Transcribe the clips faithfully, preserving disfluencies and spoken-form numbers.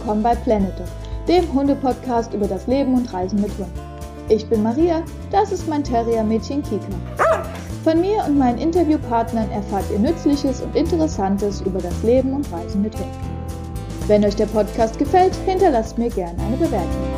willkommen bei Planet Dog, dem Hunde-Podcast über das Leben und Reisen mit Hund. Ich bin Maria, das ist mein Terrier-Mädchen Kika. Von mir und meinen Interviewpartnern erfahrt ihr Nützliches und Interessantes über das Leben und Reisen mit Hund. Wenn euch der Podcast gefällt, hinterlasst mir gerne eine Bewertung.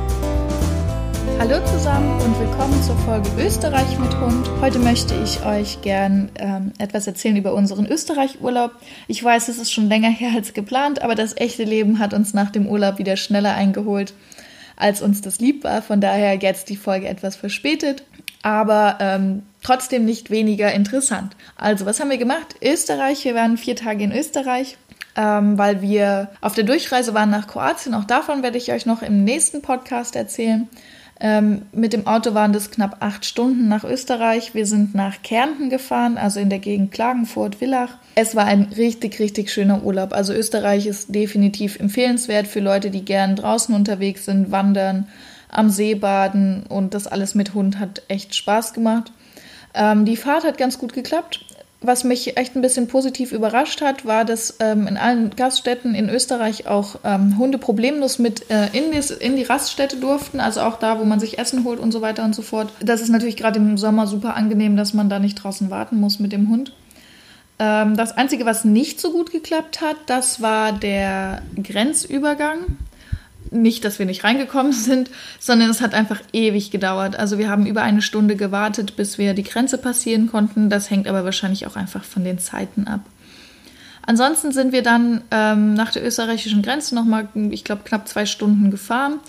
Hallo zusammen und willkommen zur Folge Österreich mit Hund. Heute möchte ich euch gern ähm, etwas erzählen über unseren Österreich-Urlaub. Ich weiß, es ist schon länger her als geplant, aber das echte Leben hat uns nach dem Urlaub wieder schneller eingeholt, als uns das lieb war. Von daher jetzt die Folge etwas verspätet, aber ähm, trotzdem nicht weniger interessant. Also, was haben wir gemacht? Österreich, wir waren vier Tage in Österreich, ähm, weil wir auf der Durchreise waren nach Kroatien. Auch davon werde ich euch noch im nächsten Podcast erzählen. Ähm, mit dem Auto waren das knapp acht Stunden nach Österreich. Wir sind nach Kärnten gefahren, also in der Gegend Klagenfurt, Villach. Es war ein richtig, richtig schöner Urlaub. Also Österreich ist definitiv empfehlenswert für Leute, die gern draußen unterwegs sind, wandern, am See baden und das alles mit Hund hat echt Spaß gemacht. Ähm, die Fahrt hat ganz gut geklappt. Was mich echt ein bisschen positiv überrascht hat, war, dass ähm, in allen Gaststätten in Österreich auch ähm, Hunde problemlos mit äh, in, die, in die Raststätte durften, also auch da, wo man sich Essen holt und so weiter und so fort. Das ist natürlich gerade im Sommer super angenehm, dass man da nicht draußen warten muss mit dem Hund. Ähm, das Einzige, was nicht so gut geklappt hat, das war der Grenzübergang. Nicht, dass wir nicht reingekommen sind, sondern es hat einfach ewig gedauert. Also wir haben über eine Stunde gewartet, bis wir die Grenze passieren konnten. Das hängt aber wahrscheinlich auch einfach von den Zeiten ab. Ansonsten sind wir dann ähm, nach der österreichischen Grenze nochmal, ich glaube, knapp zwei Stunden gefahren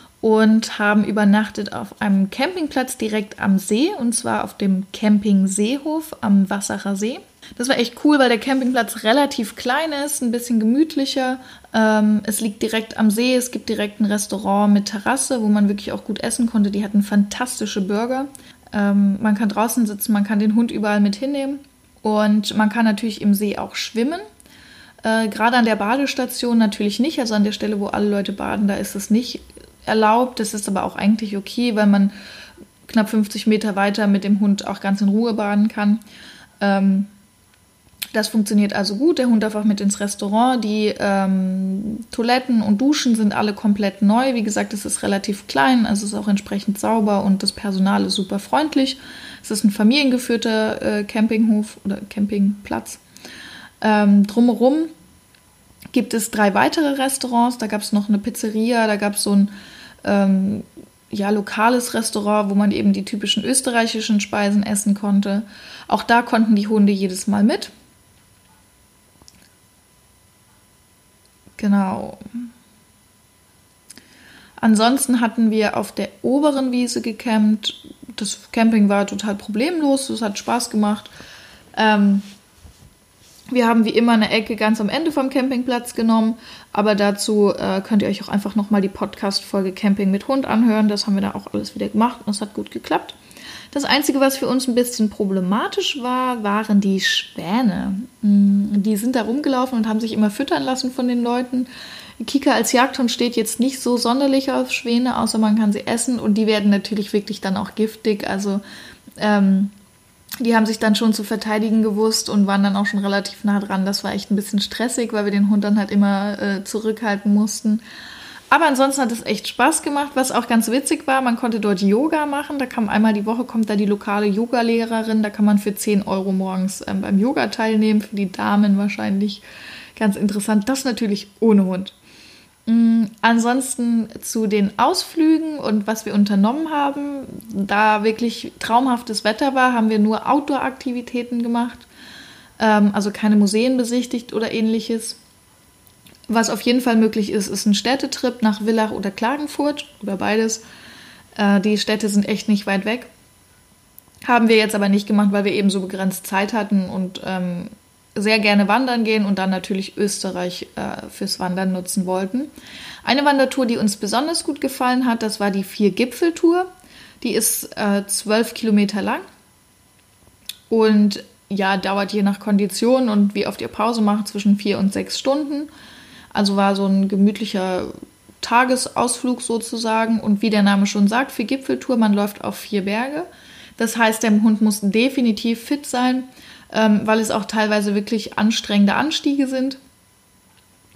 und haben übernachtet auf einem Campingplatz direkt am See, und zwar auf dem Camping Seehof am Wassacher See. Das war echt cool, weil der Campingplatz relativ klein ist, ein bisschen gemütlicher. Ähm, es liegt direkt am See, es gibt direkt ein Restaurant mit Terrasse, wo man wirklich auch gut essen konnte. Die hatten fantastische Burger. Ähm, man kann draußen sitzen, man kann den Hund überall mit hinnehmen und man kann natürlich im See auch schwimmen. Äh, gerade an der Badestation natürlich nicht, also an der Stelle, wo alle Leute baden, da ist es nicht erlaubt. Das ist aber auch eigentlich okay, weil man knapp fünfzig Meter weiter mit dem Hund auch ganz in Ruhe baden kann. Ähm, Das funktioniert also gut. Der Hund darf auch mit ins Restaurant. Die ähm, Toiletten und Duschen sind alle komplett neu. Wie gesagt, es ist relativ klein, also es ist auch entsprechend sauber und das Personal ist super freundlich. Es ist ein familiengeführter äh, Campinghof oder Campingplatz. Ähm, drumherum gibt es drei weitere Restaurants. Da gab es noch eine Pizzeria, da gab es so ein ähm, ja, lokales Restaurant, wo man eben die typischen österreichischen Speisen essen konnte. Auch da konnten die Hunde jedes Mal mit. Genau. Ansonsten hatten wir auf der oberen Wiese gecampt. Das Camping war total problemlos, es hat Spaß gemacht. Ähm, wir haben wie immer eine Ecke ganz am Ende vom Campingplatz genommen, aber dazu äh, könnt ihr euch auch einfach nochmal die Podcast-Folge Camping mit Hund anhören. Das haben wir da auch alles wieder gemacht und es hat gut geklappt. Das Einzige, was für uns ein bisschen problematisch war, waren die Schwäne. Die sind da rumgelaufen und haben sich immer füttern lassen von den Leuten. Kika als Jagdhund steht jetzt nicht so sonderlich auf Schwäne, außer man kann sie essen. Und die werden natürlich wirklich dann auch giftig. Also ähm, die haben sich dann schon zu verteidigen gewusst und waren dann auch schon relativ nah dran. Das war echt ein bisschen stressig, weil wir den Hund dann halt immer äh, zurückhalten mussten. Aber ansonsten hat es echt Spaß gemacht, was auch ganz witzig war. Man konnte dort Yoga machen. Da kam einmal die Woche, kommt da die lokale Yoga-Lehrerin. Da kann man für zehn Euro morgens ähm, beim Yoga teilnehmen. Für die Damen wahrscheinlich ganz interessant. Das natürlich ohne Hund. Mhm. Ansonsten zu den Ausflügen und was wir unternommen haben. Da wirklich traumhaftes Wetter war, haben wir nur Outdoor-Aktivitäten gemacht. Ähm, also keine Museen besichtigt oder ähnliches. Was auf jeden Fall möglich ist, ist ein Städtetrip nach Villach oder Klagenfurt oder beides. Äh, die Städte sind echt nicht weit weg. Haben wir jetzt aber nicht gemacht, weil wir eben so begrenzt Zeit hatten und ähm, sehr gerne wandern gehen und dann natürlich Österreich äh, fürs Wandern nutzen wollten. Eine Wandertour, die uns besonders gut gefallen hat, das war die Vier-Gipfel-Tour. Die ist äh, zwölf Kilometer lang und ja, dauert je nach Kondition und wie oft ihr Pause macht zwischen vier und sechs Stunden. Also war so ein gemütlicher Tagesausflug sozusagen. Und wie der Name schon sagt, für Gipfeltour, man läuft auf vier Berge. Das heißt, der Hund muss definitiv fit sein, ähm, weil es auch teilweise wirklich anstrengende Anstiege sind.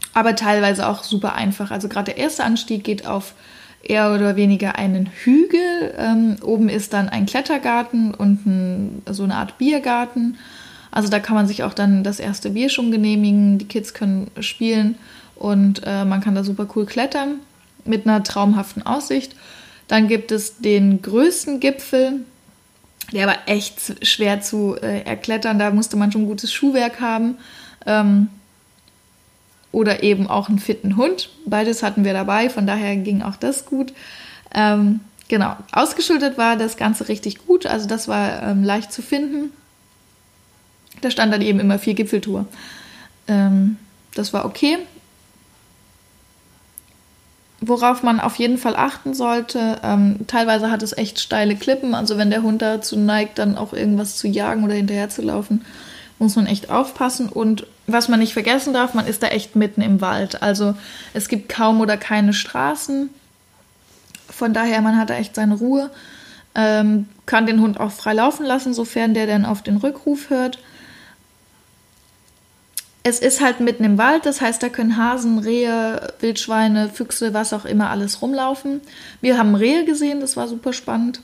aber teilweise auch super einfach. Also gerade der erste Anstieg geht auf eher oder weniger einen Hügel. Ähm, oben ist dann ein Klettergarten und ein, so eine Art Biergarten. Also da kann man sich auch dann das erste Bier schon genehmigen. Die Kids können spielen und äh, man kann da super cool klettern mit einer traumhaften Aussicht. Dann gibt es den größten Gipfel, der war echt schwer zu äh, erklettern. Da musste man schon gutes Schuhwerk haben. Ähm, oder eben auch einen fitten Hund. Beides hatten wir dabei, von daher ging auch das gut. Ähm, genau, ausgeschildert war das Ganze richtig gut, also das war ähm, leicht zu finden. Da stand dann eben immer vier Gipfeltour. Ähm, das war okay. Worauf man auf jeden Fall achten sollte, ähm, teilweise hat es echt steile Klippen, also wenn der Hund dazu neigt, dann auch irgendwas zu jagen oder hinterher zu laufen, muss man echt aufpassen. Und was man nicht vergessen darf, man ist da echt mitten im Wald. Also es gibt kaum oder keine Straßen. Von daher, man hat da echt seine Ruhe. Ähm, kann den Hund auch frei laufen lassen, sofern der dann auf den Rückruf hört. Es ist halt mitten im Wald, das heißt, da können Hasen, Rehe, Wildschweine, Füchse, was auch immer alles rumlaufen. Wir haben Rehe gesehen, das war super spannend.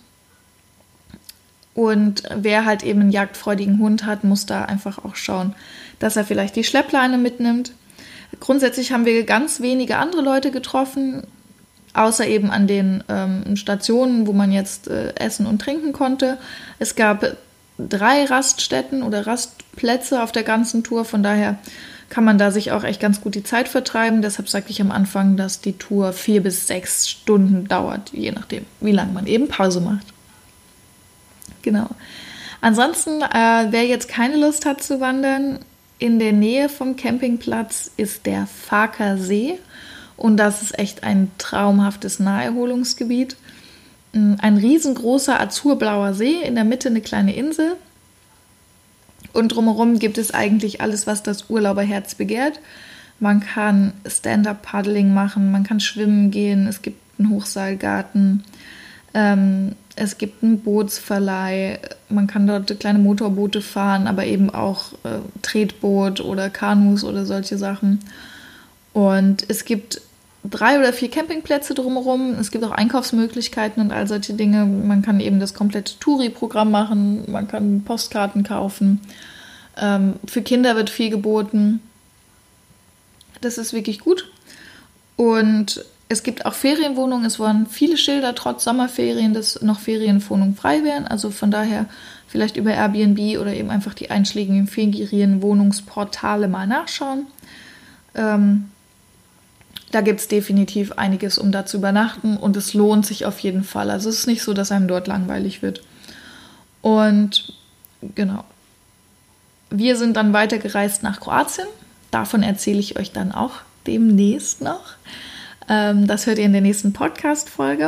Und wer halt eben einen jagdfreudigen Hund hat, muss da einfach auch schauen, dass er vielleicht die Schleppleine mitnimmt. Grundsätzlich haben wir ganz wenige andere Leute getroffen, außer eben an den ähm, Stationen, wo man jetzt äh, essen und trinken konnte. Es gab drei Raststätten oder Rastplätze auf der ganzen Tour, von daher kann man da sich auch echt ganz gut die Zeit vertreiben. Deshalb sagte ich am Anfang, dass die Tour vier bis sechs Stunden dauert, je nachdem, wie lange man eben Pause macht. Genau. Ansonsten, äh, wer jetzt keine Lust hat zu wandern, in der Nähe vom Campingplatz ist der Farker See und das ist echt ein traumhaftes Naherholungsgebiet. Ein riesengroßer azurblauer See, in der Mitte eine kleine Insel und drumherum gibt es eigentlich alles, was das Urlauberherz begehrt. Man kann Stand-Up-Paddling machen, man kann schwimmen gehen, es gibt einen Hochseilgarten, ähm, es gibt einen Bootsverleih, man kann dort kleine Motorboote fahren, aber eben auch äh, Tretboot oder Kanus oder solche Sachen. Und es gibt drei oder vier Campingplätze drumherum, es gibt auch Einkaufsmöglichkeiten und all solche Dinge. Man kann eben das komplette Touri-Programm machen, man kann Postkarten kaufen. Ähm, für Kinder wird viel geboten. Das ist wirklich gut. Und es gibt auch Ferienwohnungen. Es waren viele Schilder, trotz Sommerferien, dass noch Ferienwohnungen frei wären. Also von daher vielleicht über Airbnb oder eben einfach die einschlägigen Ferienwohnungsportale mal nachschauen. Ähm, da gibt es definitiv einiges, um da zu übernachten. Und es lohnt sich auf jeden Fall. Also es ist nicht so, dass einem dort langweilig wird. Und genau. Wir sind dann weitergereist nach Kroatien. Davon erzähle ich euch dann auch demnächst noch. Das hört ihr in der nächsten Podcast-Folge.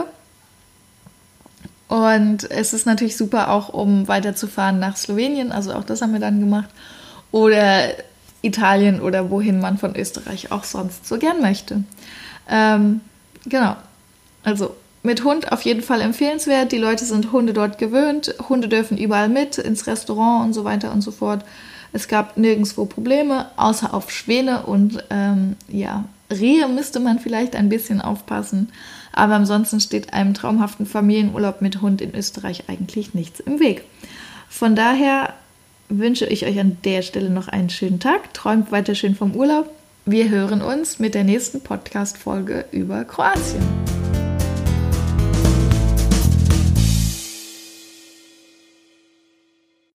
Und es ist natürlich super auch, um weiterzufahren nach Slowenien. Also auch das haben wir dann gemacht. Oder Italien oder wohin man von Österreich auch sonst so gern möchte. Ähm, genau. Also mit Hund auf jeden Fall empfehlenswert. Die Leute sind Hunde dort gewöhnt. Hunde dürfen überall mit, ins Restaurant und so weiter und so fort. Es gab nirgendwo Probleme, außer auf Schwäne und ähm, ja, Rehe müsste man vielleicht ein bisschen aufpassen, aber ansonsten steht einem traumhaften Familienurlaub mit Hund in Österreich eigentlich nichts im Weg. Von daher wünsche ich euch an der Stelle noch einen schönen Tag, träumt weiter schön vom Urlaub. Wir hören uns mit der nächsten Podcast-Folge über Kroatien.